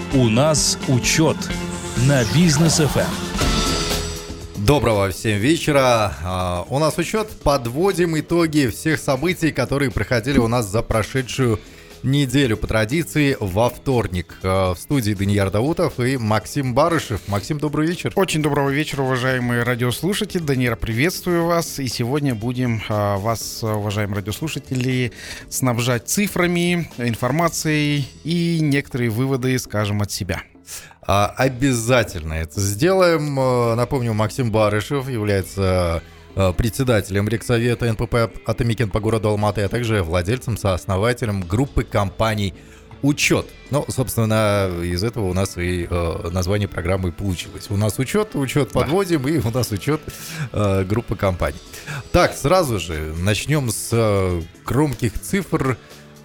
У нас учет на Бизнес ФМ. Доброго всем вечера. У нас учет. Подводим итоги всех событий, которые проходили у нас за прошедшую неделю. По традиции, во вторник. В студии Данияр Даутов и Максим Барышев. Максим, добрый вечер. Очень доброго вечера, уважаемые радиослушатели. Данияр, приветствую вас. И сегодня будем вас, уважаемые радиослушатели, снабжать цифрами, информацией и некоторые выводы, скажем, от себя. Обязательно это сделаем. Напомню, Максим Барышев является председателем Рексовета НПП «Атамикен» по городу Алматы, а также владельцем, сооснователем группы компаний «Учет». Ну, собственно, из этого у нас и название программы получилось. У нас учет подводим, и у нас учет группы компаний. Так, сразу же начнем с громких цифр.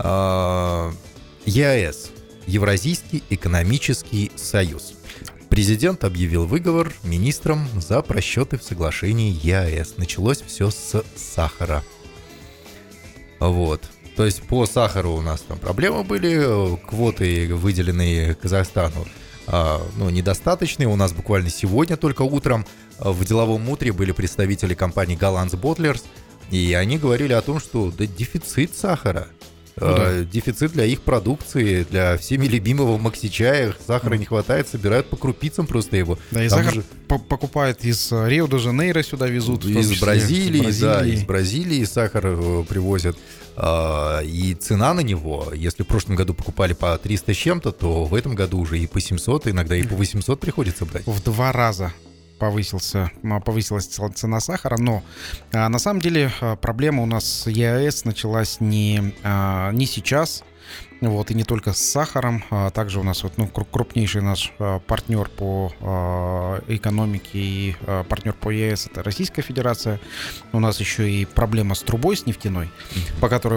ЕАЭС. Евразийский экономический союз. Президент объявил выговор министрам за просчеты в соглашении ЕАЭС. Началось все с сахара. Вот. То есть по сахару у нас там проблемы были. Квоты, выделенные Казахстану, недостаточные. У нас буквально сегодня, только утром, в деловом утре были представители компании Голландс Ботлерс. И они говорили о том, что дефицит сахара. Дефицит для их продукции, для всеми любимого Макси-чая. Сахара не хватает, собирают по крупицам просто его. Да, и там сахар покупают из Рио-де-Жанейро, сюда везут. Из Бразилии. Да, из Бразилии сахар привозят. И цена на него, если в прошлом году покупали по 300 с чем-то, то в этом году уже и по 700, иногда и по 800 приходится брать. В 2 раза повысилась цена сахара, но на самом деле проблема у нас с ЕАЭС началась не сейчас, вот, и не только с сахаром, а также у нас крупнейший наш партнер по экономике и партнер по ЕАЭС — это Российская Федерация. У нас еще и проблема с трубой, с нефтяной, по которой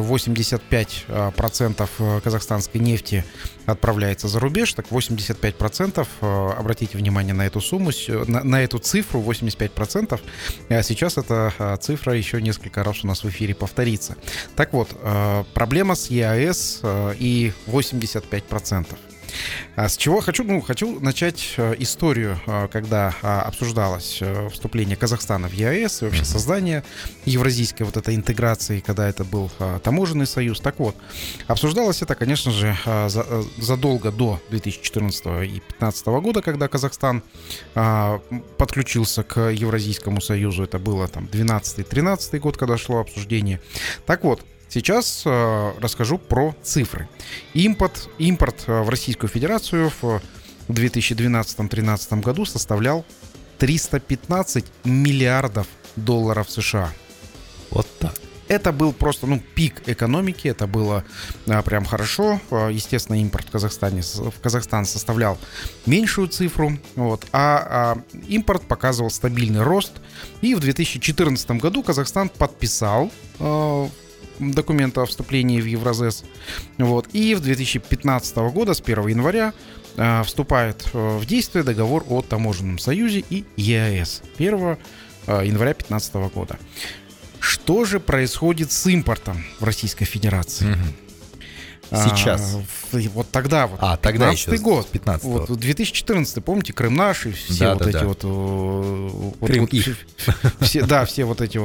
85% казахстанской нефти отправляется за рубеж. Так 85%, обратите внимание на эту сумму, на эту цифру, 85%. А сейчас эта цифра еще несколько раз у нас в эфире повторится. Так вот, проблема с ЕАЭС и 85%. С чего хочу начать историю, когда обсуждалось вступление Казахстана в ЕАЭС и вообще создание евразийской вот этой интеграции, когда это был таможенный союз. Так вот, обсуждалось это, конечно же, задолго до 2014 и 2015 года, когда Казахстан подключился к Евразийскому союзу. Это было там 12-13 год, когда шло обсуждение. Так вот, сейчас расскажу про цифры. Импорт в Российскую Федерацию в 2012-2013 году составлял 315 миллиардов долларов США. Вот так. Это был просто пик экономики, это было прям хорошо. Естественно, импорт в Казахстан составлял меньшую цифру, а импорт показывал стабильный рост. И в 2014 году Казахстан подписал документа о вступлении в Евразес. И в 2015 года, с 1 января, вступает в действие договор о таможенном союзе и ЕАЭС 1 января 2015 года. Что же происходит с импортом в Российской Федерации? Сейчас. Вот тогда, тогда 15-й еще, год. 15-го. 2014, помните, Крым наш, и все Крым их. Все вот эти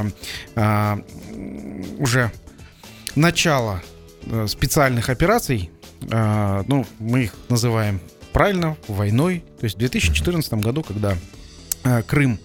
уже начало специальных операций, мы их называем правильно войной. То есть в 2014 году, когда Крым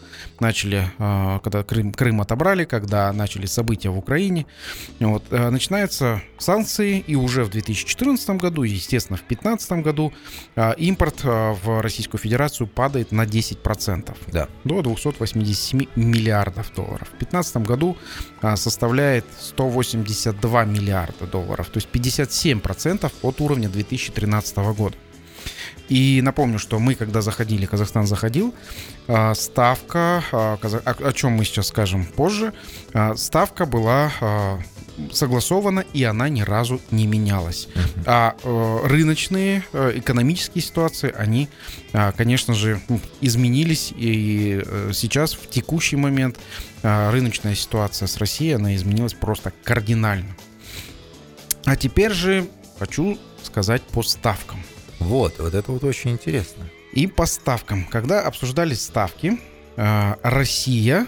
отобрали, когда начались события в Украине, начинаются санкции, и уже в 2014 году, естественно, в 2015 году импорт в Российскую Федерацию падает на 10%, до 287 миллиардов долларов. В 2015 году составляет 182 миллиарда долларов, то есть 57% от уровня 2013 года. И напомню, что мы, когда заходили, Казахстан заходил, ставка, о чем мы сейчас скажем позже, ставка была согласована, и она ни разу не менялась. А рыночные, экономические ситуации, они, конечно же, изменились, и сейчас, в текущий момент, рыночная ситуация с Россией, она изменилась просто кардинально. А теперь же хочу сказать по ставкам. Вот это вот очень интересно. И по ставкам. Когда обсуждались ставки, Россия...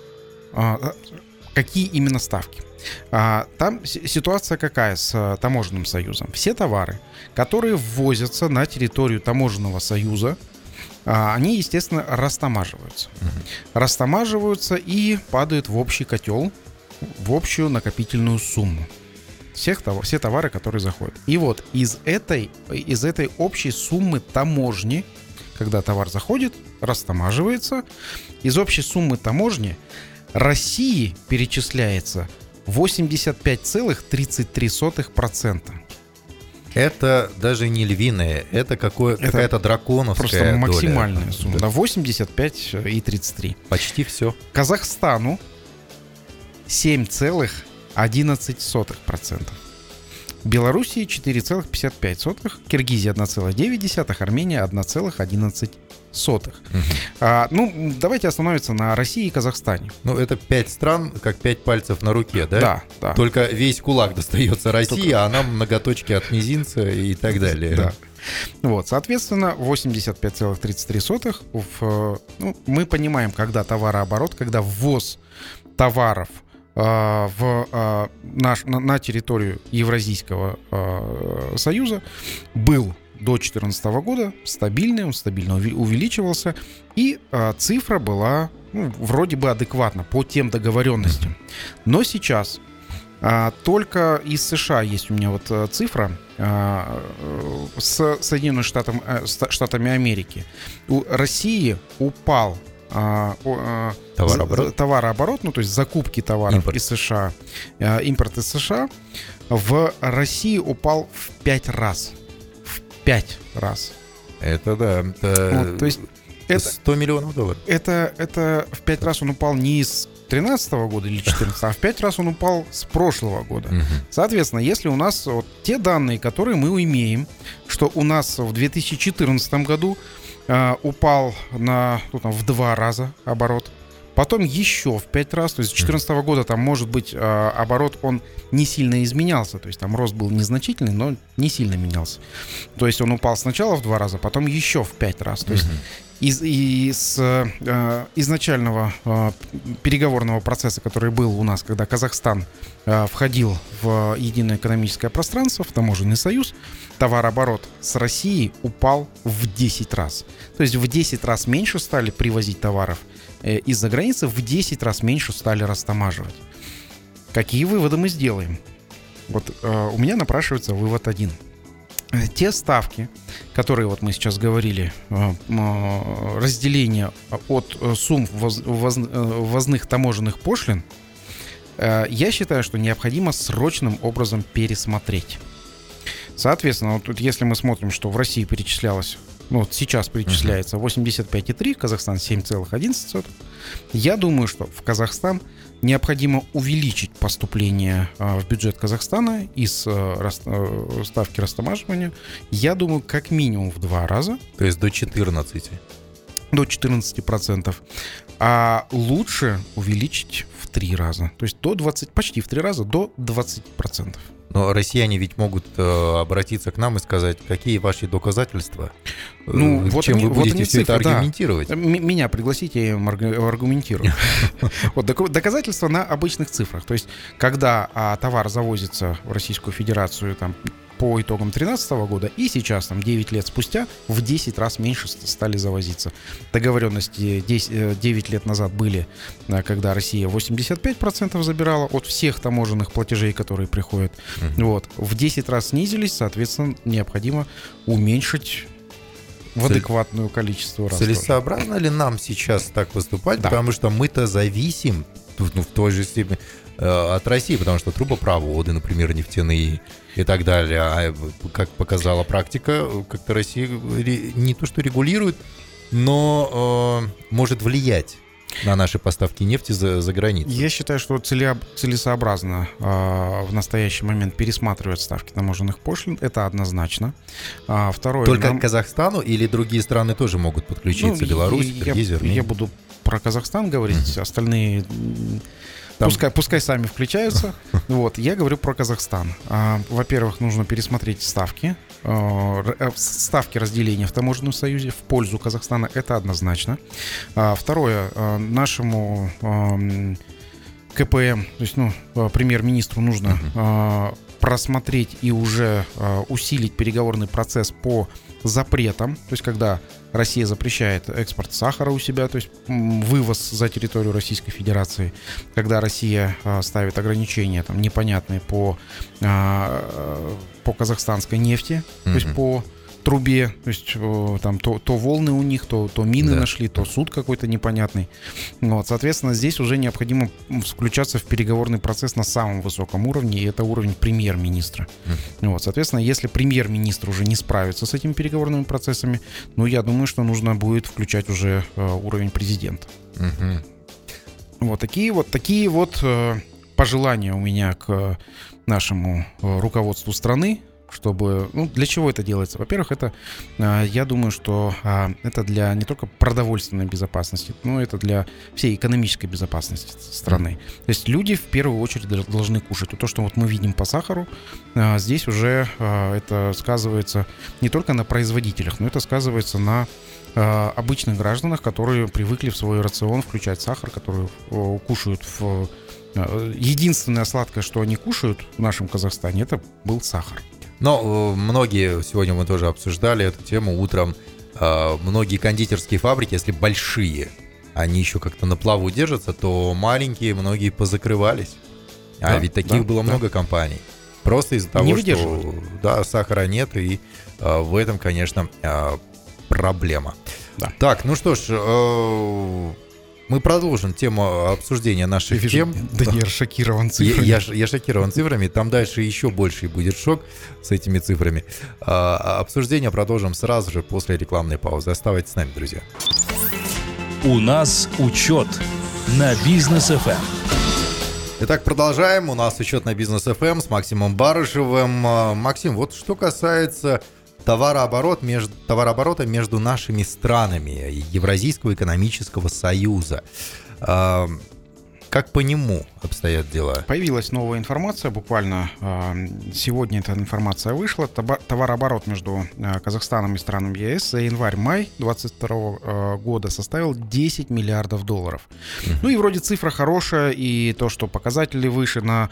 Какие именно ставки? Там ситуация какая с таможенным союзом? Все товары, которые ввозятся на территорию таможенного союза, они, естественно, растамаживаются. Растамаживаются и падают в общий котел, в общую накопительную сумму. Все товары, которые заходят. И вот из этой общей суммы таможни, когда товар заходит, растамаживается, из общей суммы таможни России перечисляется 85,33%. Это даже не львиная, это какая-то драконовская просто доля. Максимальная сумма. Да, 85,33. Почти все. Казахстану 7,11%. Белоруссии 4,55%, Киргизия 1,9%, Армения 1,11%. Давайте остановиться на России и Казахстане. Это 5 стран, как 5 пальцев на руке, да? Да. Только весь кулак достается России, а нам ноготочки от мизинца и так далее. Да. Вот, соответственно, 85,33%. Мы понимаем, когда товарооборот, когда ввоз товаров на территорию Евразийского союза был до 2014 года стабильный, он стабильно увеличивался, и цифра была вроде бы адекватна по тем договоренностям. Но сейчас только из США есть у меня вот цифра с Соединенными Штатами Америки. У России упал товарооборот, то есть закупки товаров из США, импорт из США в России упал в 5 раз. 5 раз. Это да. То есть это $100 миллионов. Это в 5 раз он упал не из 2013 года или 2014, а в 5 раз он упал с прошлого года. Соответственно, если у нас те данные, которые мы имеем, что у нас в 2014 году упал в 2 раза оборот, потом еще в 5 раз, то есть с 2014 года там, может быть, оборот, он не сильно изменялся, то есть там рост был незначительный, но не сильно менялся. То есть он упал сначала в 2 раза, потом еще в 5 раз. То есть из изначального переговорного процесса, который был у нас, когда Казахстан входил в единое экономическое пространство, в таможенный союз, товарооборот с Россией упал в 10 раз. То есть в 10 раз меньше стали привозить товаров из-за границы, в 10 раз меньше стали растамаживать. Какие выводы мы сделаем? У меня напрашивается вывод один. Те ставки, которые мы сейчас говорили, разделение от сумм ввозных таможенных пошлин, я считаю, что необходимо срочным образом пересмотреть. Соответственно, если мы смотрим, что в России перечислялось, сейчас перечисляется 85,3, Казахстан 7,11, я думаю, что в Казахстан необходимо увеличить поступление в бюджет Казахстана из ставки растамаживания, я думаю, как минимум в 2 раза. То есть до 14%. До 14%. А лучше увеличить в 3 раза. То есть почти в 3 раза, до 20%. Но россияне ведь могут обратиться к нам и сказать, какие ваши доказательства, чем вы будете все это аргументировать. Да. Меня пригласите, я им аргументирую. Доказательства на обычных цифрах. То есть, когда товар завозится в Российскую Федерацию по итогам 2013 года, и сейчас, 9 лет спустя, в 10 раз меньше стали завозиться. Договоренности 9 лет назад были, когда Россия 85% забирала от всех таможенных платежей, которые приходят. В 10 раз снизились, соответственно, необходимо уменьшить в адекватное количество раз. Целесообразно ли нам сейчас так выступать? Да. Потому что мы-то зависим в той же степени от России, потому что трубопроводы, например, нефтяные и так далее. А как показала практика, как-то Россия не то что регулирует, но может влиять на наши поставки нефти за границу. Я считаю, что целесообразно в настоящий момент пересматривать ставки таможенных пошлин. Это однозначно. Второе. Только Казахстану или другие страны тоже могут подключиться? Беларусь, Киргизия? Я буду про Казахстан говорить. Остальные Пускай сами включаются. Вот, я говорю про Казахстан. Во-первых, нужно пересмотреть ставки разделения в таможенном союзе в пользу Казахстана. Это однозначно. Второе, нашему КПМ, то есть, премьер-министру нужно просмотреть и уже усилить переговорный процесс по запретам, то есть когда Россия запрещает экспорт сахара у себя, то есть вывоз за территорию Российской Федерации, когда Россия ставит ограничения там, непонятные по казахстанской нефти, то есть по трубе, то есть там то волны у них, то мины нашли, то суд какой-то непонятный. Вот, соответственно, здесь уже необходимо включаться в переговорный процесс на самом высоком уровне, и это уровень премьер-министра. Вот, соответственно, если премьер-министр уже не справится с этими переговорными процессами, я думаю, что нужно будет включать уже уровень президента. Вот такие вот пожелания у меня к нашему руководству страны. Чтобы, для чего это делается? Во-первых, я думаю, что это для не только продовольственной безопасности, но это для всей экономической безопасности страны. То есть люди в первую очередь должны кушать. То, что вот мы видим по сахару, здесь уже это сказывается не только на производителях, но это сказывается на обычных гражданах, которые привыкли в свой рацион включать сахар, которые кушают единственное сладкое, что они кушают в нашем Казахстане, это был сахар. Но многие, сегодня мы тоже обсуждали эту тему утром, многие кондитерские фабрики, если большие, они еще как-то на плаву держатся, то маленькие многие позакрывались. Ведь таких было много компаний. Просто из-за того, что сахара нет, и в этом, конечно, проблема. Да. Так, ну что ж, мы продолжим тему обсуждения наших тем. Даниил шокирован цифрами. Я шокирован цифрами. Там дальше еще больше будет шок с этими цифрами. Обсуждение продолжим сразу же после рекламной паузы. Оставайтесь с нами, друзья. У нас учет на Бизнес ФМ. Итак, продолжаем. У нас учет на Бизнес ФМ с Максимом Барышевым. Максим, вот что касается товарооборота между нашими странами Евразийского экономического союза. Как по нему обстоят дела? Появилась новая информация, буквально сегодня эта информация вышла. Товарооборот между Казахстаном и странами ЕС за январь-май 2022 года составил 10 миллиардов долларов. И вроде цифра хорошая, и то, что показатели выше на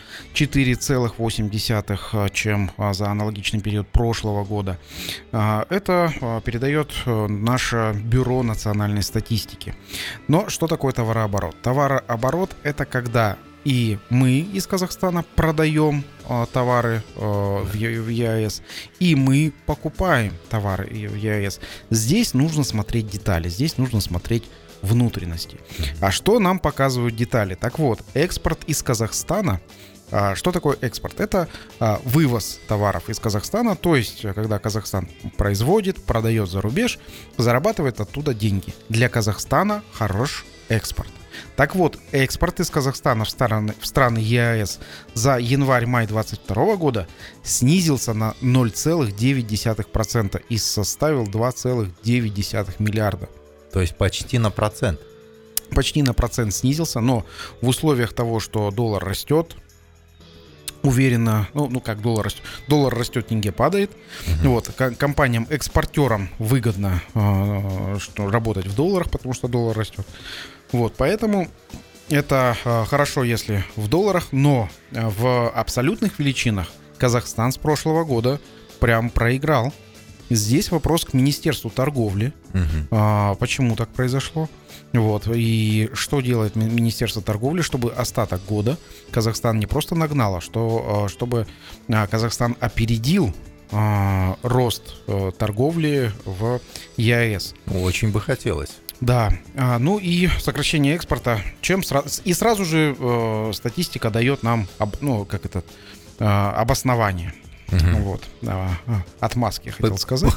4,8, чем за аналогичный период прошлого года. Это передает наше Бюро национальной статистики. Но что такое товарооборот? Товарооборот — это когда и мы из Казахстана продаем товары в ЕАЭС, и мы покупаем товары в ЕАЭС. Здесь нужно смотреть детали, здесь нужно смотреть внутренности. А что нам показывают детали? Так вот, экспорт из Казахстана. Что такое экспорт? Это вывоз товаров из Казахстана, то есть когда Казахстан производит, продает за рубеж, зарабатывает оттуда деньги. Для Казахстана хорош экспорт. Так вот, экспорт из Казахстана в страны ЕАЭС за январь-май 2022 года снизился на 0,9% и составил 2,9 миллиарда. То есть почти на процент. Почти на процент снизился, но в условиях того, что доллар растет, уверенно, как доллар растет, тенге падает. Вот, компаниям-экспортерам выгодно работать в долларах, потому что доллар растет. Вот, поэтому это хорошо, если в долларах, но в абсолютных величинах Казахстан с прошлого года прям проиграл. Здесь вопрос к Министерству торговли. Почему так произошло? Вот. И что делает Министерство торговли, чтобы остаток года Казахстан не просто нагнало, чтобы Казахстан опередил рост торговли в ЕАЭС. Очень бы хотелось. Да, и сокращение экспорта, и сразу же статистика дает нам обоснование. Вот. Отмазки, я хотел сказать.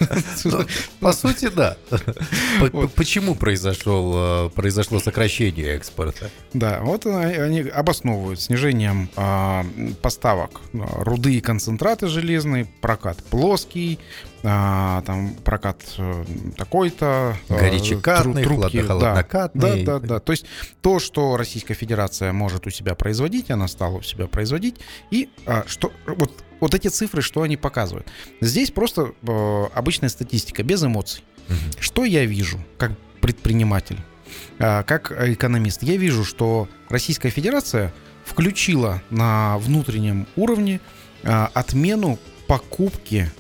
По сути, да. Почему произошло сокращение экспорта? Да, вот они обосновывают снижением поставок руды и концентраты железной, прокат плоский, там прокат такой-то, горячекатный, холоднокатный. Да. То есть то, что Российская Федерация может у себя производить, она стала у себя производить. И что вот эти цифры, что они показывают? Здесь просто обычная статистика, без эмоций. Что я вижу как предприниматель, как экономист? Я вижу, что Российская Федерация включила на внутреннем уровне отмену покупки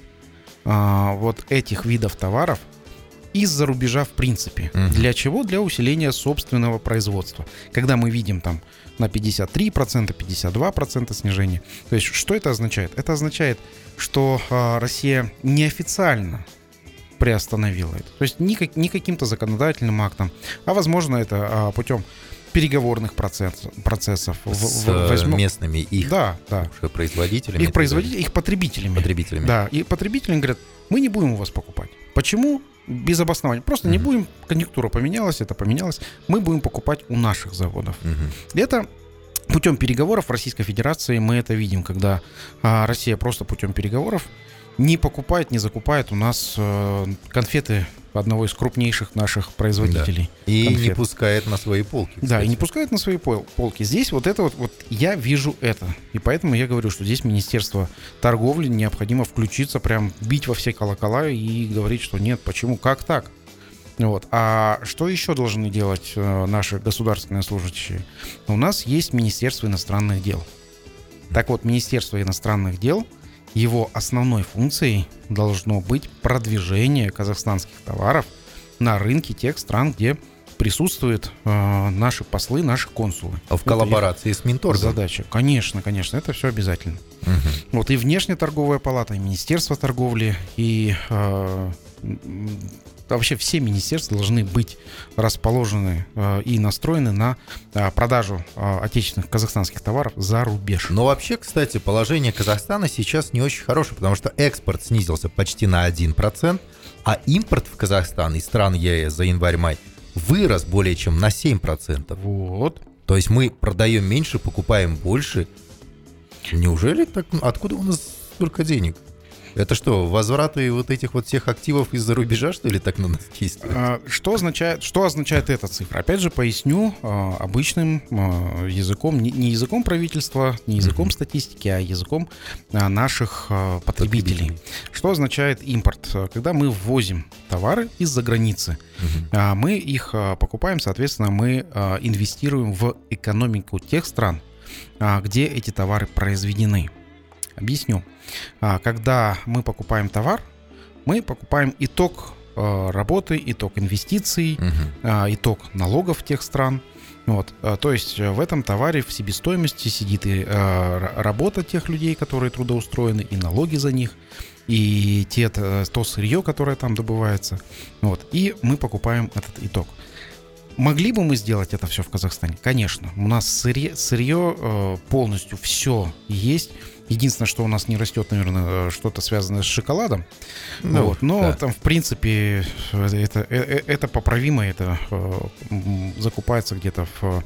вот этих видов товаров из-за рубежа в принципе. Для чего? Для усиления собственного производства. Когда мы видим там на 53%, 52% снижение. То есть что это означает? Это означает, что Россия неофициально приостановила это. То есть не каким-то законодательным актом, а возможно это путем переговорных процессов с местными их производителями. Их потребителями. Да, и потребители говорят, мы не будем у вас покупать. Почему? Без обоснования. Просто не будем, конъюнктура поменялась, это поменялось, мы будем покупать у наших заводов. Это путем переговоров в Российской Федерации мы это видим, когда Россия просто путем переговоров не покупает, не закупает у нас конфеты одного из крупнейших наших производителей. Да. И конфет. Не пускает на свои полки. Кстати. Да, и не пускает на свои полки. Здесь вот это вот я вижу это. И поэтому я говорю, что здесь Министерство торговли необходимо включиться, прям бить во все колокола и говорить, что нет, почему, как так? Вот. А что еще должны делать наши государственные служащие? У нас есть Министерство иностранных дел. Так вот, Министерство иностранных дел, его основной функцией должно быть продвижение казахстанских товаров на рынке тех стран, где присутствуют наши послы, наши консулы. А в коллаборации с Минторгом? Задача. Конечно, это все обязательно. Вот и внешнеторговая палата, и Министерство торговли, и вообще все министерства должны быть расположены и настроены на продажу отечественных казахстанских товаров за рубеж. Но вообще, кстати, положение Казахстана сейчас не очень хорошее, потому что экспорт снизился почти на 1%, а импорт в Казахстан из стран ЕС за январь-май вырос более чем на 7%. Вот. То есть мы продаем меньше, покупаем больше. Неужели так? Откуда у нас столько денег? Это что, возвраты вот этих вот всех активов из-за рубежа, что ли, так на нас действует? Что означает эта цифра? Опять же, поясню обычным языком, не языком правительства, не языком статистики, а языком наших потребителей. Что означает импорт? Когда мы ввозим товары из-за границы, мы их покупаем, соответственно, мы инвестируем в экономику тех стран, где эти товары произведены. Объясню. Когда мы покупаем товар, мы покупаем итог работы, итог инвестиций, итог налогов тех стран. Вот. То есть в этом товаре в себестоимости сидит и работа тех людей, которые трудоустроены, и налоги за них, и то сырье, которое там добывается. Вот. И мы покупаем этот итог. Могли бы мы сделать это все в Казахстане? Конечно. У нас сырье полностью все есть. Единственное, что у нас не растет, наверное, что-то связанное с шоколадом. Но там, в принципе, это поправимо. Это закупается где-то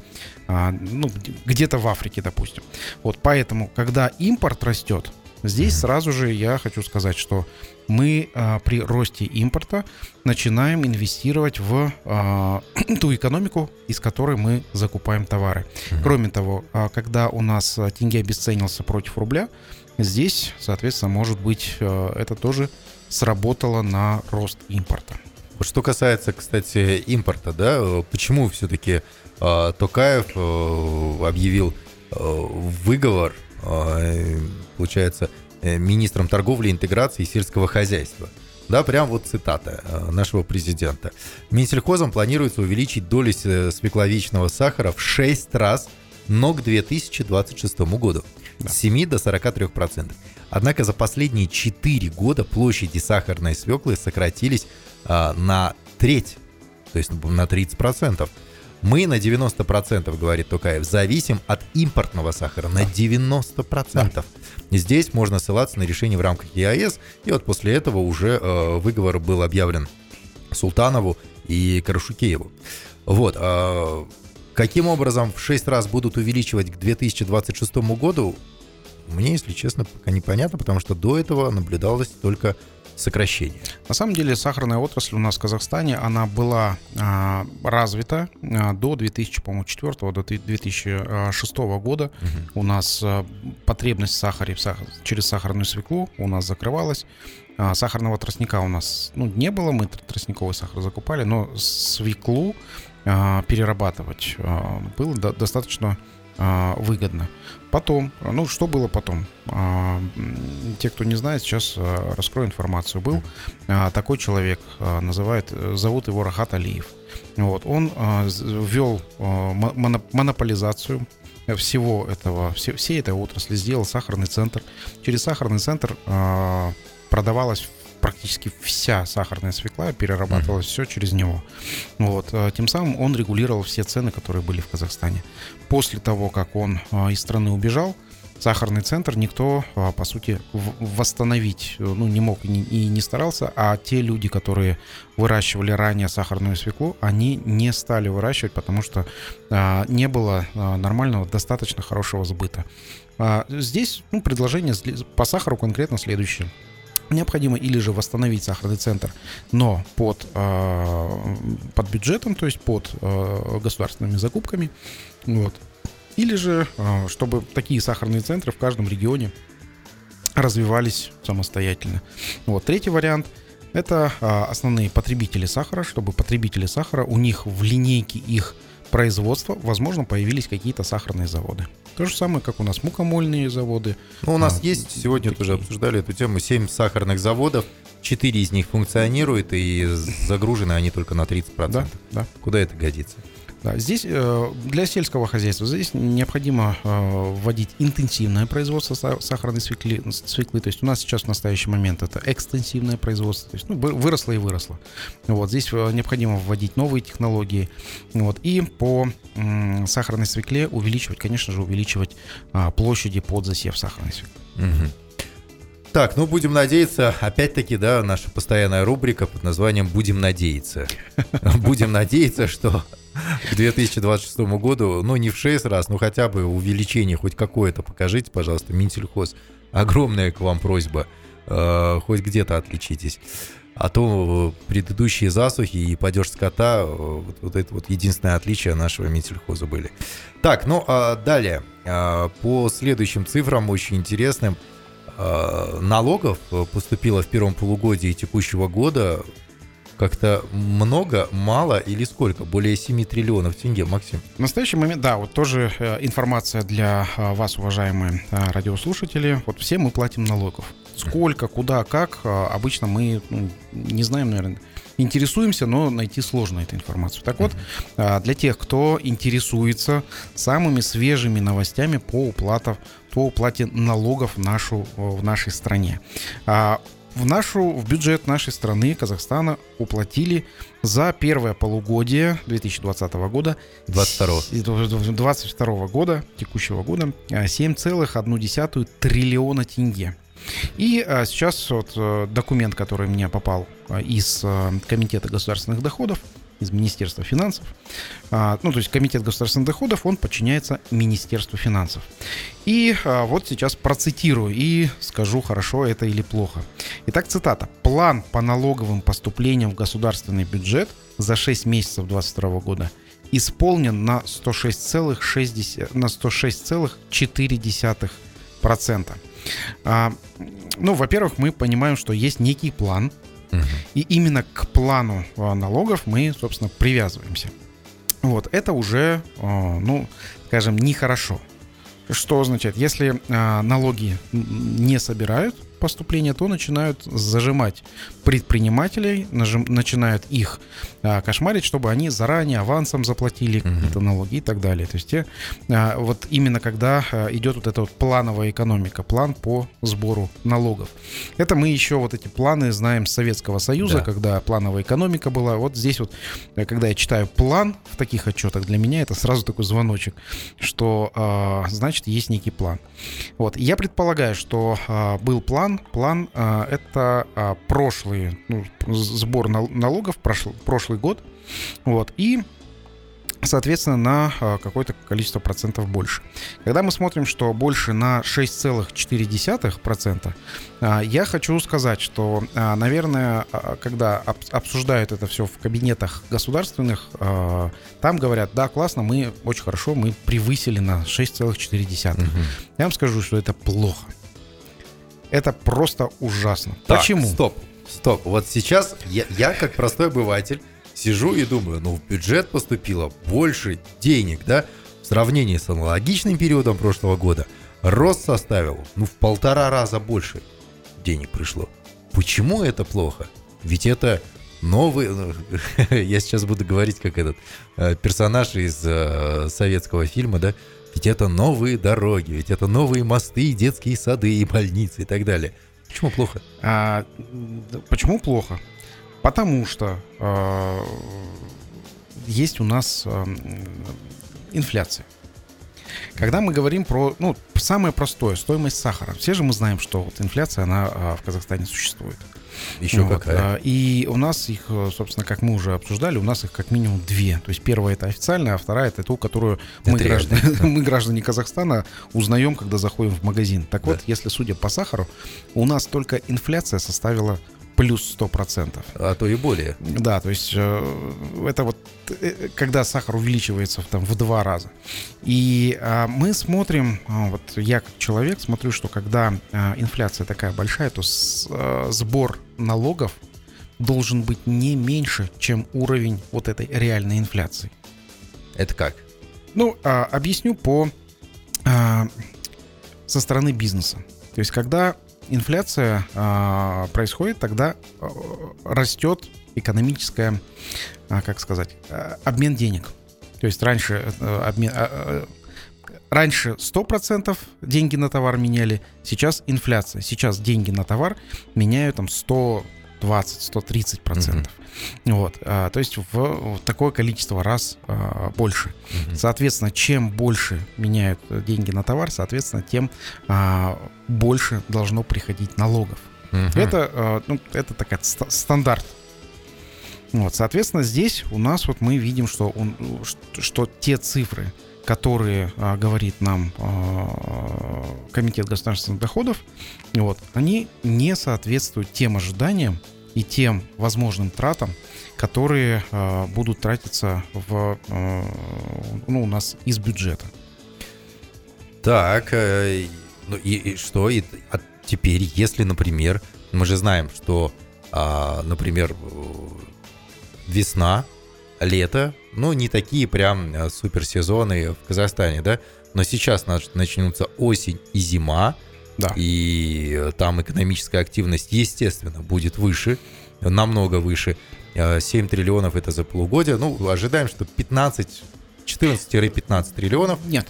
где-то в Африке, допустим. Вот поэтому, когда импорт растет, здесь сразу же я хочу сказать, что мы при росте импорта начинаем инвестировать в ту экономику, из которой мы закупаем товары. Кроме того, когда у нас тенге обесценился против рубля, здесь, соответственно, может быть, это тоже сработало на рост импорта. Что касается, кстати, импорта, да, почему все-таки Токаев объявил выговор, получается, министром торговли, интеграции и сельского хозяйства. Да, прям вот цитата нашего президента. Минсельхозом планируется увеличить доли свекловичного сахара в 6 раз, но к 2026 году. С 7 до 43%. Однако за последние 4 года площади сахарной свеклы сократились на треть, то есть на 30%. Мы на 90%, говорит Токаев, зависим от импортного сахара, на 90%. Да. Здесь можно ссылаться на решение в рамках ЕАЭС, и вот после этого уже выговор был объявлен Султанову и Карашукееву. Вот. Каким образом в 6 раз будут увеличивать к 2026 году, мне, если честно, пока непонятно, потому что до этого наблюдалось только сокращение. На самом деле сахарная отрасль у нас в Казахстане, она была развита до 2004 до 2006 года. У нас потребность в сахаре через сахарную свеклу у нас закрывалась. Сахарного тростника у нас не было, мы тростниковый сахар закупали, но свеклу перерабатывать было достаточно выгодно. Потом, что было потом? Те, кто не знает, сейчас раскрою информацию. Был такой человек, зовут его Рахат Алиев. Вот, он ввел монополизацию всей этой отрасли, сделал сахарный центр. Через сахарный центр продавалась практически вся сахарная свекла, перерабатывалось все через него. Вот. Тем самым он регулировал все цены, которые были в Казахстане. После того, как он из страны убежал, сахарный центр никто, по сути, восстановить не мог и не старался, а те люди, которые выращивали ранее сахарную свеклу, они не стали выращивать, потому что не было нормального, достаточно хорошего сбыта. Здесь предложение по сахару конкретно следующее. Необходимо или же восстановить сахарный центр, но под бюджетом, то есть под государственными закупками, вот. Или же, чтобы такие сахарные центры в каждом регионе развивались самостоятельно. Вот. Третий вариант – это основные потребители сахара, чтобы потребители сахара, у них в линейке их производства, возможно, появились какие-то сахарные заводы. То же самое, как у нас мукомольные заводы. У нас есть, сегодня тоже обсуждали эту тему, 7 сахарных заводов, 4 из них функционируют, и загружены они только на 30%. Да. Куда это годится? Да, здесь для сельского хозяйства здесь необходимо вводить интенсивное производство сахарной свеклы. То есть у нас сейчас в настоящий момент это экстенсивное производство. То есть выросло и выросло. Вот, здесь необходимо вводить новые технологии. Вот, и по сахарной свекле увеличивать площади под засев сахарной свеклы. Угу. Так, будем надеяться, опять-таки, да, наша постоянная рубрика под названием «Будем надеяться». Будем надеяться, что к 2026 году, не в 6 раз, но хотя бы увеличение хоть какое-то покажите, пожалуйста, Минсельхоз. Огромная к вам просьба, хоть где-то отличитесь. А то предыдущие засухи и падеж скота, вот это вот единственное отличие нашего Минсельхоза были. Так, далее, по следующим цифрам, очень интересным, налогов поступило в первом полугодии текущего года как-то много, мало или сколько? Более 7 триллионов тенге, Максим? В настоящий момент, да, вот тоже информация для вас, уважаемые радиослушатели. Вот все мы платим налогов. Сколько, куда, как, обычно мы не знаем, наверное. Интересуемся, но найти сложно эту информацию. Так вот, для тех, кто интересуется самыми свежими новостями по уплате налогов в нашей стране. В бюджет нашей страны, Казахстана, уплатили за первое полугодие 2020 года, 22 года, текущего года, 7,1 триллиона тенге. И сейчас документ, который мне попал из Комитета государственных доходов, из Министерства финансов, то есть Комитет государственных доходов, он подчиняется Министерству финансов. И вот сейчас процитирую и скажу, хорошо это или плохо. Итак, цитата. «План по налоговым поступлениям в государственный бюджет за 6 месяцев 2022 года исполнен на 106,4%. Во-первых, мы понимаем, что есть некий план, и именно к плану налогов мы, собственно, привязываемся. Вот, это уже, скажем, нехорошо. Что означает? Если налоги не собирают, поступления, то начинают зажимать предпринимателей, начинают их кошмарить, чтобы они заранее авансом заплатили какие-то налоги и так далее. То есть вот именно когда идет вот эта вот плановая экономика, план по сбору налогов. Это мы еще вот эти планы знаем с Советского Союза, когда плановая экономика была. Вот здесь вот, когда я читаю план в таких отчетах, для меня это сразу такой звоночек, что значит есть некий план. Вот. Я предполагаю, что был план. План это прошлый сбор налогов, прошлый год. Вот. И соответственно, на какое-то количество процентов больше. Когда мы смотрим, что больше на 6,4%, я хочу сказать, что, наверное, когда обсуждают это все в кабинетах государственных, там говорят, да, классно, мы очень хорошо, мы превысили на 6,4%. Я вам скажу, что это плохо. Это просто ужасно. Так, почему? Стоп. Вот сейчас я как простой обыватель сижу и думаю, в бюджет поступило больше денег, да, в сравнении с аналогичным периодом прошлого года. Рост составил, в 1,5 раза больше денег пришло. Почему это плохо? Ведь это новый... Я сейчас буду говорить, как этот персонаж из советского фильма, да? Ведь это новые дороги, ведь это новые мосты, детские сады и больницы и так далее. Почему плохо? Почему плохо? Потому что есть у нас инфляция. Когда мы говорим про, самое простое, стоимость сахара. Все же мы знаем, что вот инфляция, она в Казахстане существует. Еще какая? И у нас их, собственно, как мы уже обсуждали, у нас их как минимум 2. То есть первая это официальная, а вторая это ту, которую мы, граждане Казахстана, узнаем, когда заходим в магазин. Так вот, если судя по сахару, у нас только инфляция составила плюс 100%. А то и более. Да, то есть это вот когда сахар увеличивается в 2 раза. И мы смотрим, вот я как человек смотрю, что когда инфляция такая большая, то сбор налогов должен быть не меньше, чем уровень вот этой реальной инфляции. Это как? Объясню со стороны бизнеса. То есть когда инфляция происходит, тогда растет экономическая, обмен денег. То есть раньше 100% деньги на товар меняли, сейчас инфляция. Сейчас деньги на товар меняют 120-130%. Вот, то есть в такое количество раз больше. Соответственно, чем больше меняют деньги на товар, соответственно, тем больше должно приходить налогов. Это такой стандарт. Вот, соответственно, здесь у нас мы видим, что те цифры, которые говорит нам Комитет государственных доходов, они не соответствуют тем ожиданиям и тем возможным тратам, которые будут тратиться у нас из бюджета. Так, и что? А теперь, если, например, мы же знаем, что, например, весна, лето, не такие прям суперсезоны в Казахстане, да? Но сейчас начнутся осень и зима, да. И там экономическая активность, естественно, будет выше, намного выше. 7 триллионов это за полугодие. Ожидаем, что 14-15 триллионов. Нет.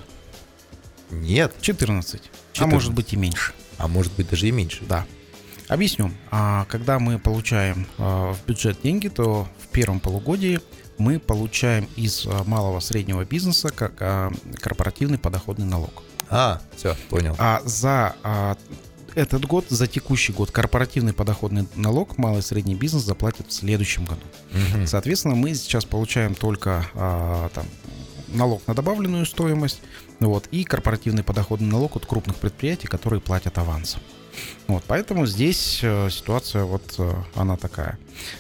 14. А может быть и меньше. А может быть даже и меньше. Да. Объясню. Когда мы получаем в бюджет деньги, то в первом полугодии мы получаем из малого среднего бизнеса корпоративный подоходный налог. Все, понял. А за этот год, за текущий год, корпоративный подоходный налог малый и средний бизнес заплатит в следующем году. Соответственно, мы сейчас получаем только налог на добавленную стоимость, и корпоративный подоходный налог от крупных предприятий, которые платят авансом. Поэтому здесь ситуация она такая.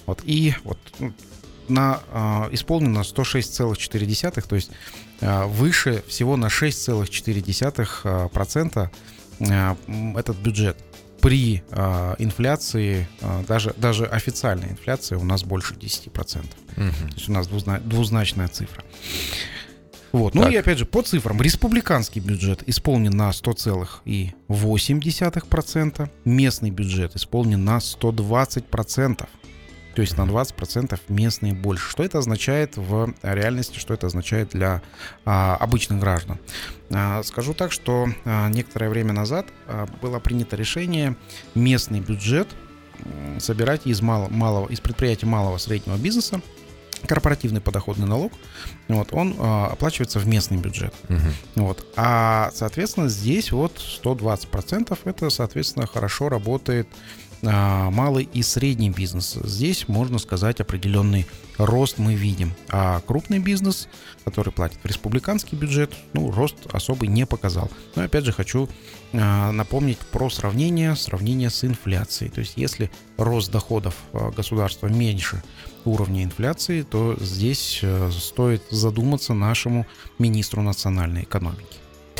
Исполнено 106,4, то есть выше всего на 6,4% этот бюджет. При инфляции, даже официальной инфляции у нас больше 10%. То есть у нас двузначная цифра. Вот. Ну Так. и опять же, по цифрам. Республиканский бюджет исполнен на 100,8%. Местный бюджет исполнен на 120%. То есть на 20% местные больше. Что это означает в реальности, что это означает для обычных граждан? Скажу так, что некоторое время назад было принято решение местный бюджет собирать из предприятий малого и среднего бизнеса. Корпоративный подоходный налог, вот, он оплачивается в местный бюджет. Вот. А, соответственно, здесь вот 120% это, соответственно, хорошо работает малый и средний бизнес. Здесь, можно сказать, определенный рост мы видим. А крупный бизнес, который платит в республиканский бюджет, ну, рост особый не показал. Но, опять же, хочу напомнить про сравнение с инфляцией. То есть, если рост доходов государства меньше уровня инфляции, то здесь стоит задуматься нашему министру национальной экономики.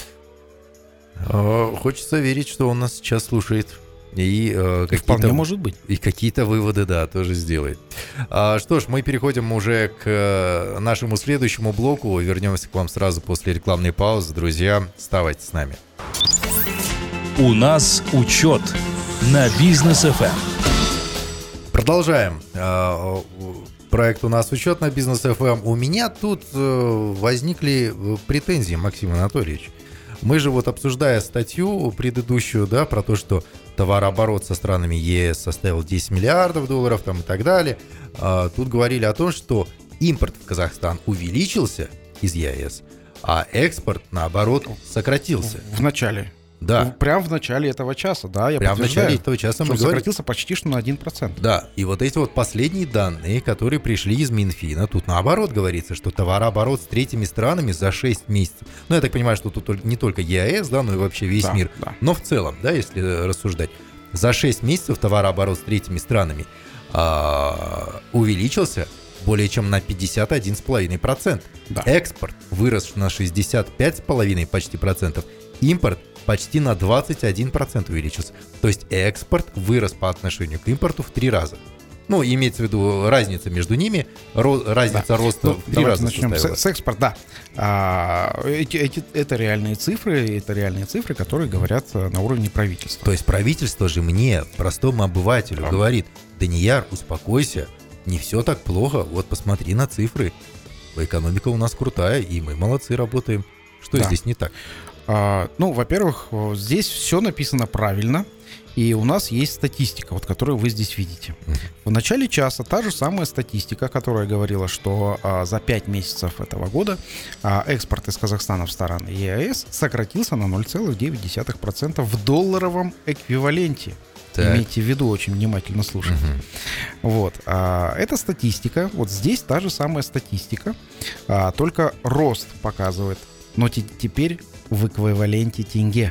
Хочется верить, что он нас сейчас слушает. И вполне может быть. И какие-то выводы, да, тоже сделает. Что ж, мы переходим уже к нашему следующему блоку. Вернемся к вам сразу после рекламной паузы. Друзья, оставайтесь с нами. У нас учет на Бизнес FM. Продолжаем. Проект «У нас учет» на Бизнес FM. У меня тут возникли претензии, Максим Анатольевич. Мы же вот, обсуждая статью предыдущую, да, про то, что товарооборот со странами ЕС составил 10 миллиардов долларов там, и так далее, тут говорили о том, что импорт в Казахстан увеличился из ЕС, а экспорт, наоборот, сократился. В начале. Да. Прямо в начале этого часа, да, я прямо в начале этого часа мы говорим. Сократился почти что на 1%. Да, и вот эти вот последние данные, которые пришли из Минфина, тут наоборот говорится, что товарооборот с третьими странами за 6 месяцев, ну, я так понимаю, что тут не только ЕАЭС, да, но и вообще весь мир, да. Но в целом, да, если рассуждать, за 6 месяцев товарооборот с третьими странами увеличился более чем на 51,5%. Да. Экспорт вырос на 65,5% почти процентов, импорт почти на 21% увеличился. То есть экспорт вырос по отношению к импорту в 3 раза. Ну, имеется в виду разница между ними, разница роста в 3 раза. Начнем с экспорта, да. Это реальные цифры, которые говорят на уровне правительства. То есть правительство же мне, простому обывателю, говорит: Данияр, успокойся, не все так плохо, вот посмотри на цифры. Экономика у нас крутая, и мы молодцы, работаем. Что здесь не так? Ну, во-первых, здесь все написано правильно, и у нас есть статистика, вот, которую вы здесь видите. В начале часа та же самая статистика, которая говорила, что за 5 месяцев этого года экспорт из Казахстана в страны ЕАЭС сократился на 0,9% в долларовом эквиваленте. Так. Имейте в виду, очень внимательно слушайте. Вот. Это статистика, вот здесь та же самая статистика, только рост показывает, но теперь в эквиваленте тенге.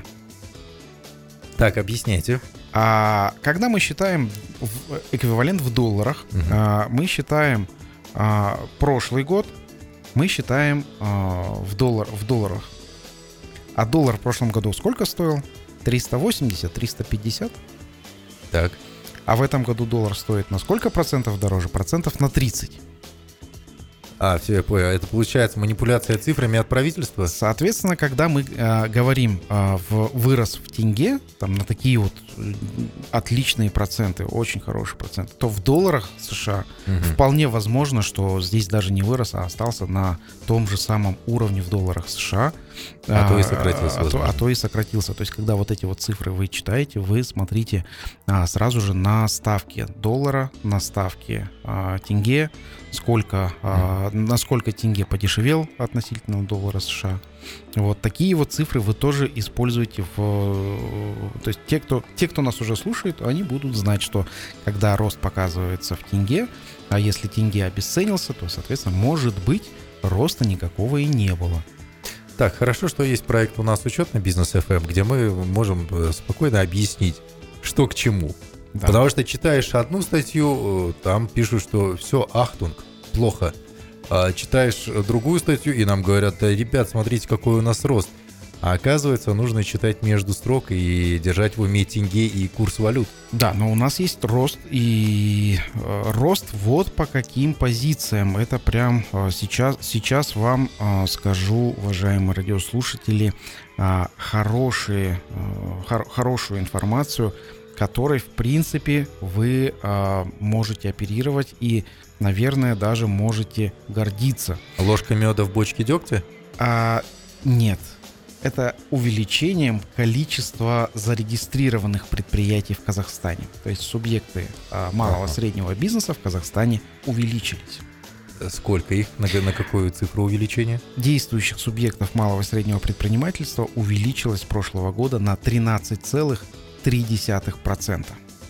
Так, объясняйте. Когда мы считаем эквивалент в долларах, мы считаем прошлый год, мы считаем в долларах. А доллар в прошлом году сколько стоил? 380, 350? Так. А в этом году доллар стоит на сколько процентов дороже? Процентов на 30. Все, я понял. Это получается манипуляция цифрами от правительства? Соответственно, когда мы говорим вырос в тенге, там на такие вот отличные проценты, очень хорошие проценты, то в долларах США вполне возможно, что здесь даже не вырос, а остался на том же самом уровне в долларах США. То и сократился. То и сократился. То есть, когда вот эти вот цифры вы читаете, вы смотрите сразу же на ставки доллара, на ставки тенге, насколько тенге подешевел относительно доллара США. Вот такие вот цифры вы тоже используете то есть те, кто нас уже слушает, они будут знать, что когда рост показывается в тенге, а если тенге обесценился, то, соответственно, может быть, роста никакого и не было. Так, хорошо, что есть проект «У нас учет» на Бизнес FM, где мы можем спокойно объяснить, что к чему. Да. Потому что читаешь одну статью, там пишут, что все, ахтунг, плохо. Читаешь другую статью, и нам говорят: да, ребят, смотрите, какой у нас рост. А оказывается, нужно читать между строк и держать в уме тенге и курс валют. Да, но у нас есть рост, и рост вот по каким позициям. Это прям сейчас вам скажу, уважаемые радиослушатели, хорошую информацию, которой, в принципе, вы можете оперировать и, наверное, даже можете гордиться. Ложка меда в бочке дегтя? Нет. Это увеличением количества зарегистрированных предприятий в Казахстане. То есть субъекты малого и среднего бизнеса в Казахстане увеличились. Сколько их? На какую цифру увеличения? Действующих субъектов малого и среднего предпринимательства увеличилось с прошлого года на 13,3%.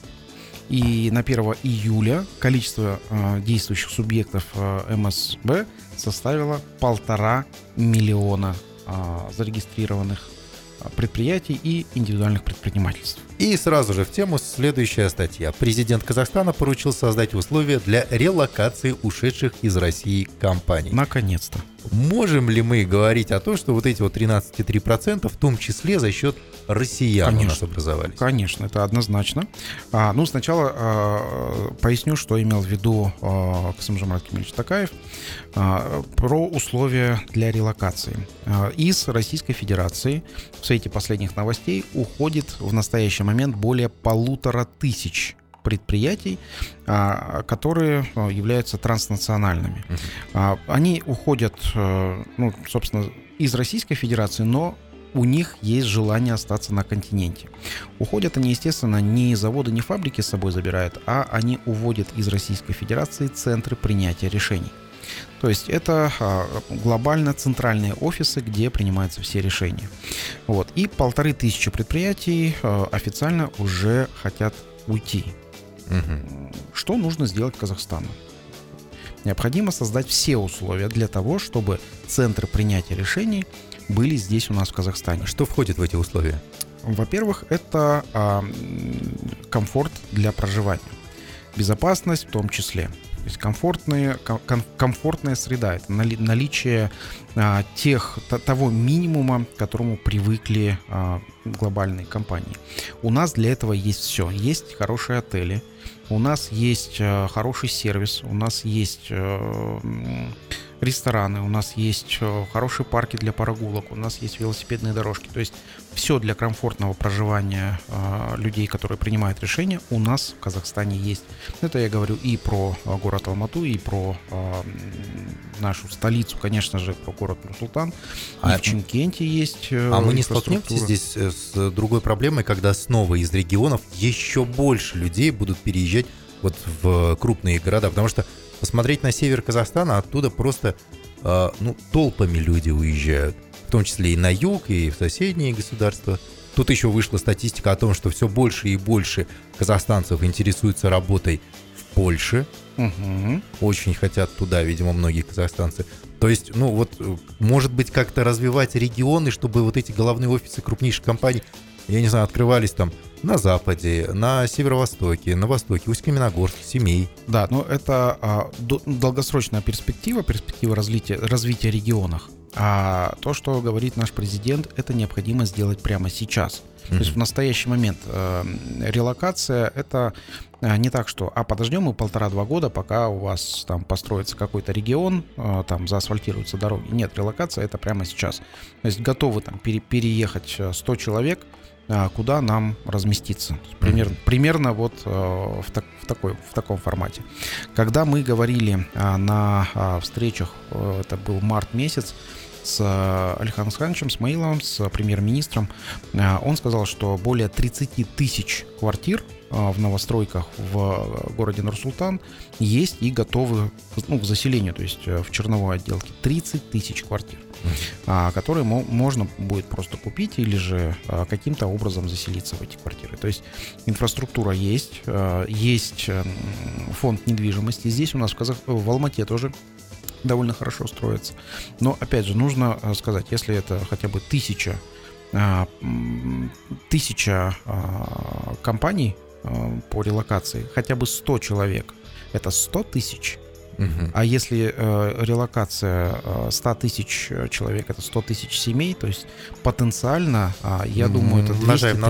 И на 1 июля количество действующих субъектов МСБ составило 1,5 миллиона зарегистрированных предприятий и индивидуальных предпринимательств. И сразу же в тему следующая статья. Президент Казахстана поручил создать условия для релокации ушедших из России компаний. Наконец-то. Можем ли мы говорить о том, что вот эти вот 13,3% в том числе за счет россиян у нас образовались? Конечно, это однозначно. Сначала поясню, что имел в виду Касым-Жомарт Кемелевич Токаев про условия для релокации. Из Российской Федерации в свете последних новостей уходит в настоящий момент более 1500 предприятий, которые являются транснациональными. Они уходят, собственно, из Российской Федерации, но у них есть желание остаться на континенте. Уходят они, естественно, не заводы, не фабрики с собой забирают, а они уводят из Российской Федерации центры принятия решений. То есть это глобально центральные офисы, где принимаются все решения. Вот. И 1500 предприятий официально уже хотят уйти. Что нужно сделать Казахстану? Необходимо создать все условия для того, чтобы центры принятия решений были здесь у нас в Казахстане. Что входит в эти условия? Во-первых, это комфорт для проживания, безопасность в том числе. То есть комфортная среда, это наличие того минимума, к которому привыкли глобальные компании. У нас для этого есть все. Есть хорошие отели, у нас есть хороший сервис, у нас есть рестораны, у нас есть хорошие парки для прогулок, у нас есть велосипедные дорожки. То есть все для комфортного проживания людей, которые принимают решения, у нас в Казахстане есть. Это я говорю и про город Алмату, и про нашу столицу, конечно же, про город Нур-Султан. И в Чимкенте есть мы не столкнемся здесь с другой проблемой, когда снова из регионов еще больше людей будут переезжать вот в крупные города, потому что посмотреть на север Казахстана, оттуда просто толпами люди уезжают, в том числе и на юг, и в соседние государства. Тут еще вышла статистика о том, что все больше и больше казахстанцев интересуются работой в Польше. Очень хотят туда, видимо, многие казахстанцы. То есть, может быть, как-то развивать регионы, чтобы вот эти головные офисы крупнейших компаний, я не знаю, открывались там на Западе, на Северо-Востоке, на Востоке, Усть-Каменогорск, Семей. Да, но это долгосрочная перспектива развития регионов. А то, что говорит наш президент, это необходимо сделать прямо сейчас. То есть в настоящий момент релокация — это не так, что подождем мы 1,5-2 года, пока у вас там построится какой-то регион, там заасфальтируются дороги. Нет, релокация — это прямо сейчас. То есть готовы там переехать 100 человек, куда нам разместиться. Примерно вот в таком формате. Когда мы говорили на встречах, это был март месяц, с Алиханом Асхановичем Смаиловым, с премьер-министром, он сказал, что более 30 тысяч квартир в новостройках в городе Нур-Султан есть и готовы к заселению, то есть в черновой отделке 30 тысяч квартир, которые можно будет просто купить или же каким-то образом заселиться в эти квартиры. То есть инфраструктура есть фонд недвижимости. Здесь у нас в Алмате тоже довольно хорошо строится. Но, опять же, нужно сказать, если это хотя бы 1000 компаний по релокации, хотя бы 100 человек, это 100 тысяч А если релокация 100 тысяч человек, это 100 тысяч семей, то есть потенциально, я думаю, это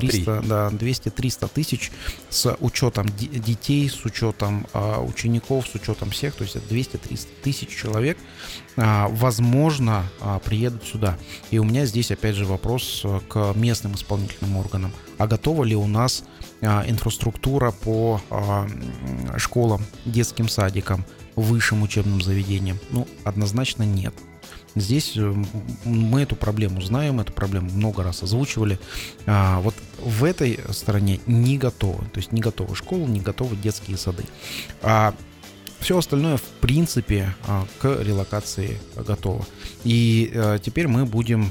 200-300 тысяч с учетом детей, с учетом учеников, с учетом всех, то есть это 200-300 тысяч человек, возможно, приедут сюда. И у меня здесь, опять же, вопрос к местным исполнительным органам. А готова ли у нас инфраструктура по школам, детским садикам, высшим учебным заведениям? Ну, однозначно нет. Здесь мы эту проблему знаем, эту проблему много раз озвучивали. Вот в этой стороне не готовы. То есть не готовы школы, не готовы детские сады. Все остальное, в принципе, к релокации готово. И теперь мы будем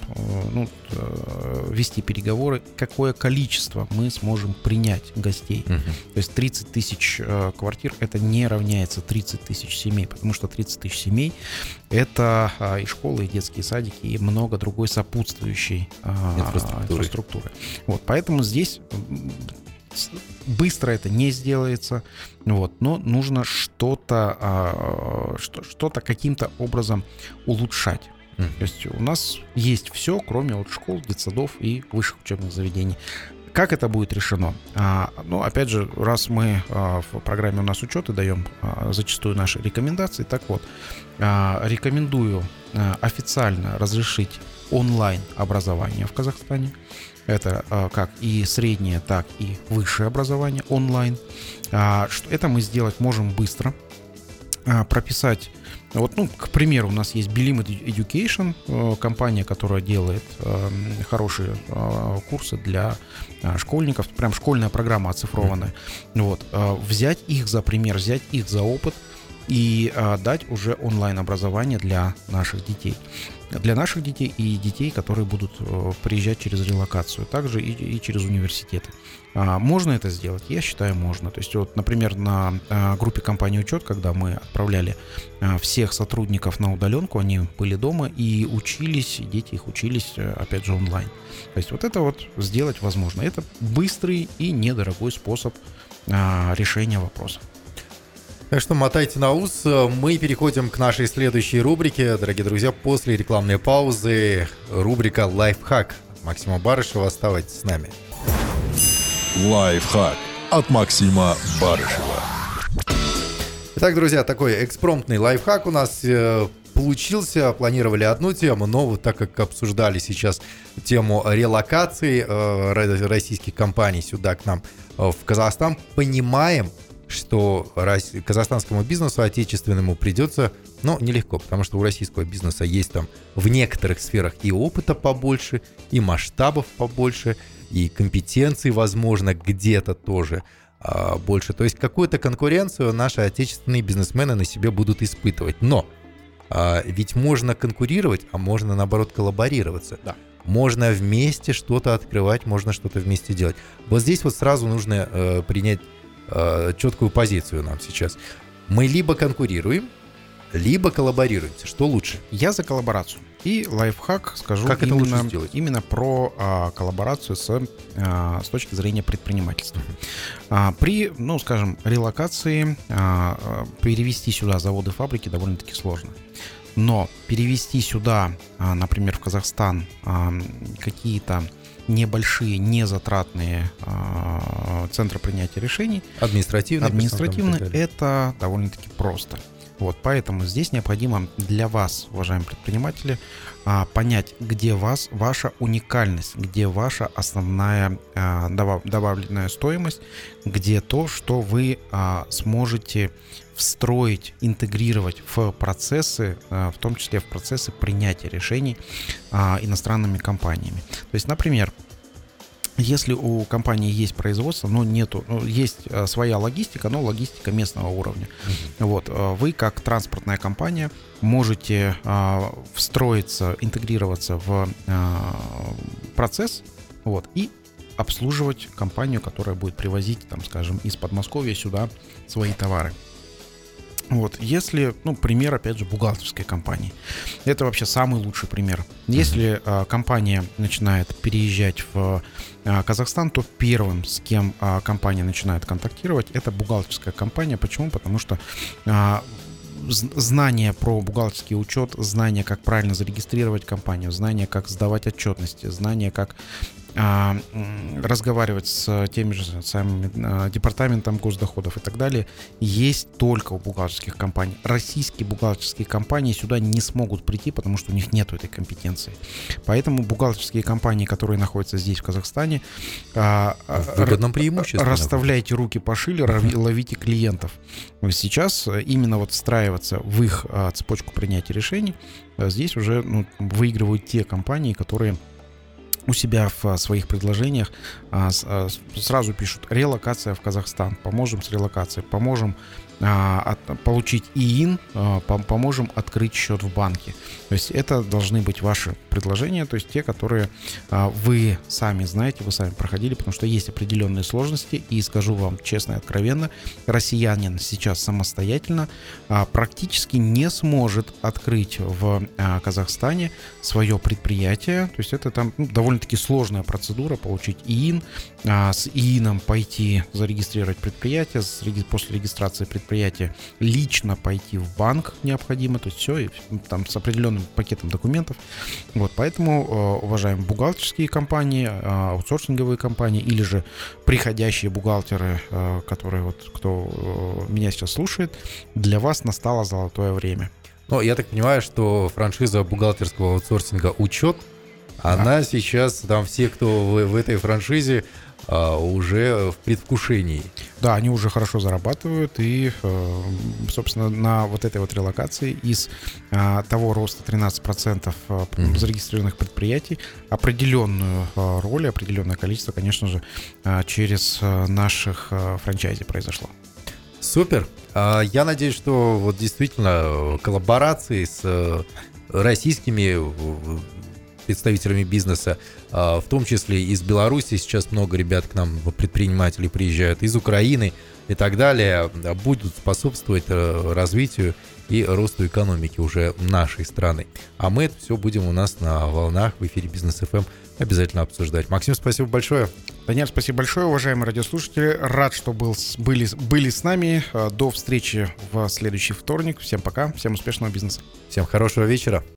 вести переговоры, какое количество мы сможем принять гостей. То есть 30 тысяч квартир — это не равняется 30 тысяч семей, потому что 30 тысяч семей — это и школы, и детские садики, и много другой сопутствующей инфраструктуры. Вот, поэтому здесь быстро это не сделается, вот, но нужно что-то каким-то образом улучшать. То есть у нас есть все, кроме вот школ, детсадов и высших учебных заведений. Как это будет решено? Опять же, раз мы в программе «У нас учет» и даем зачастую наши рекомендации, так вот, рекомендую официально разрешить онлайн-образование в Казахстане. Это как и среднее, так и высшее образование онлайн. Это мы сделать можем быстро. Прописать, к примеру, у нас есть Bilim Education, компания, которая делает хорошие курсы для школьников, прям школьная программа оцифрованная. Взять их за пример, взять их за опыт и дать уже онлайн-образование для наших детей. Для наших детей и детей, которые будут приезжать через релокацию, также и через университеты. Можно это сделать? Я считаю, можно. То есть, например, на группе компании «Учет», когда мы отправляли всех сотрудников на удаленку, они были дома и учились, дети их учились, опять же, онлайн. То есть это сделать возможно. Это быстрый и недорогой способ решения вопроса. Так что мотайте на ус. Мы переходим к нашей следующей рубрике. Дорогие друзья, после рекламной паузы рубрика «Лайфхак» от Максима Барышева. Оставайтесь с нами. Лайфхак от Максима Барышева. Итак, друзья, такой экспромтный лайфхак у нас получился. Планировали одну тему, но так как обсуждали сейчас тему релокации российских компаний сюда к нам в Казахстан, понимаем, что казахстанскому бизнесу отечественному придется, нелегко, потому что у российского бизнеса есть там в некоторых сферах и опыта побольше, и масштабов побольше, и компетенций, возможно, где-то тоже больше. То есть какую-то конкуренцию наши отечественные бизнесмены на себе будут испытывать. Но ведь можно конкурировать, а можно, наоборот, коллаборироваться. Да. Можно вместе что-то открывать, можно что-то вместе делать. Вот здесь сразу нужно принять четкую позицию нам сейчас. Мы либо конкурируем, либо коллаборируемся. Что лучше? Я за коллаборацию. И лайфхак скажу как именно про коллаборацию с точки зрения предпринимательства. При, релокации перевести сюда заводы, фабрики довольно-таки сложно. Но перевести сюда, например, в Казахстан какие-то небольшие, незатратные центры принятия решений. Административно, это довольно-таки просто. Поэтому здесь необходимо для вас, уважаемые предприниматели, понять, где ваша уникальность, где ваша основная добавленная стоимость, где то, что вы сможете встроить, интегрировать в процессы, в том числе в процессы принятия решений иностранными компаниями. То есть, например, если у компании есть производство, но есть своя логистика, но логистика местного уровня. Вы, как транспортная компания, можете встроиться, интегрироваться в процесс, и обслуживать компанию, которая будет привозить, из Подмосковья сюда свои товары. Если, пример, опять же, бухгалтерской компании. Это вообще самый лучший пример. Если компания начинает переезжать в Казахстан, то первым, с кем компания начинает контактировать, это бухгалтерская компания. Почему? Потому что знание про бухгалтерский учет, знание, как правильно зарегистрировать компанию, знание, как сдавать отчетности, знание, как разговаривать с теми же самыми департаментом госдоходов и так далее, есть только у бухгалтерских компаний. Российские бухгалтерские компании сюда не смогут прийти, потому что у них нет этой компетенции. Поэтому бухгалтерские компании, которые находятся здесь, в Казахстане, в выгодном преимуществе. Расставляйте руки пошире, ловите клиентов. Сейчас именно вот встраиваться в их цепочку принятия решений, здесь уже выигрывают те компании, которые у себя в своих предложениях сразу пишут: релокация в Казахстан, поможем с релокацией, поможем получить ИИН, поможем открыть счет в банке. То есть это должны быть ваши предложения, то есть те, которые вы сами знаете, вы сами проходили, потому что есть определенные сложности, и скажу вам честно и откровенно, россиянин сейчас самостоятельно практически не сможет открыть в Казахстане свое предприятие, то есть это там довольно-таки сложная процедура, получить ИИН, с ИИНом пойти зарегистрировать предприятие, после регистрации предприятия лично пойти в банк необходимо, то есть все, и там с определенным пакетом документов. Вот, поэтому, уважаемые бухгалтерские компании, аутсорсинговые компании или же приходящие бухгалтеры, которые кто меня сейчас слушает, для вас настало золотое время. Ну, я так понимаю, что франшиза бухгалтерского аутсорсинга «Учет», она сейчас, там все, кто в этой франшизе, уже в предвкушении. Да, они уже хорошо зарабатывают, и, собственно, на вот этой вот релокации из того роста 13% зарегистрированных предприятий определенную роль, определенное количество, конечно же, через наших франчайзи произошло. Супер! Я надеюсь, что вот действительно коллаборации с российскими представителями бизнеса, в том числе из Беларуси, сейчас много ребят к нам, предприниматели, приезжают, из Украины и так далее, будут способствовать развитию и росту экономики уже нашей страны. А мы это все будем у нас на волнах в эфире Бизнес ФМ обязательно обсуждать. Максим, спасибо большое. Даниэль, спасибо большое, уважаемые радиослушатели. Рад, что были с нами. До встречи в следующий вторник. Всем пока, всем успешного бизнеса. Всем хорошего вечера.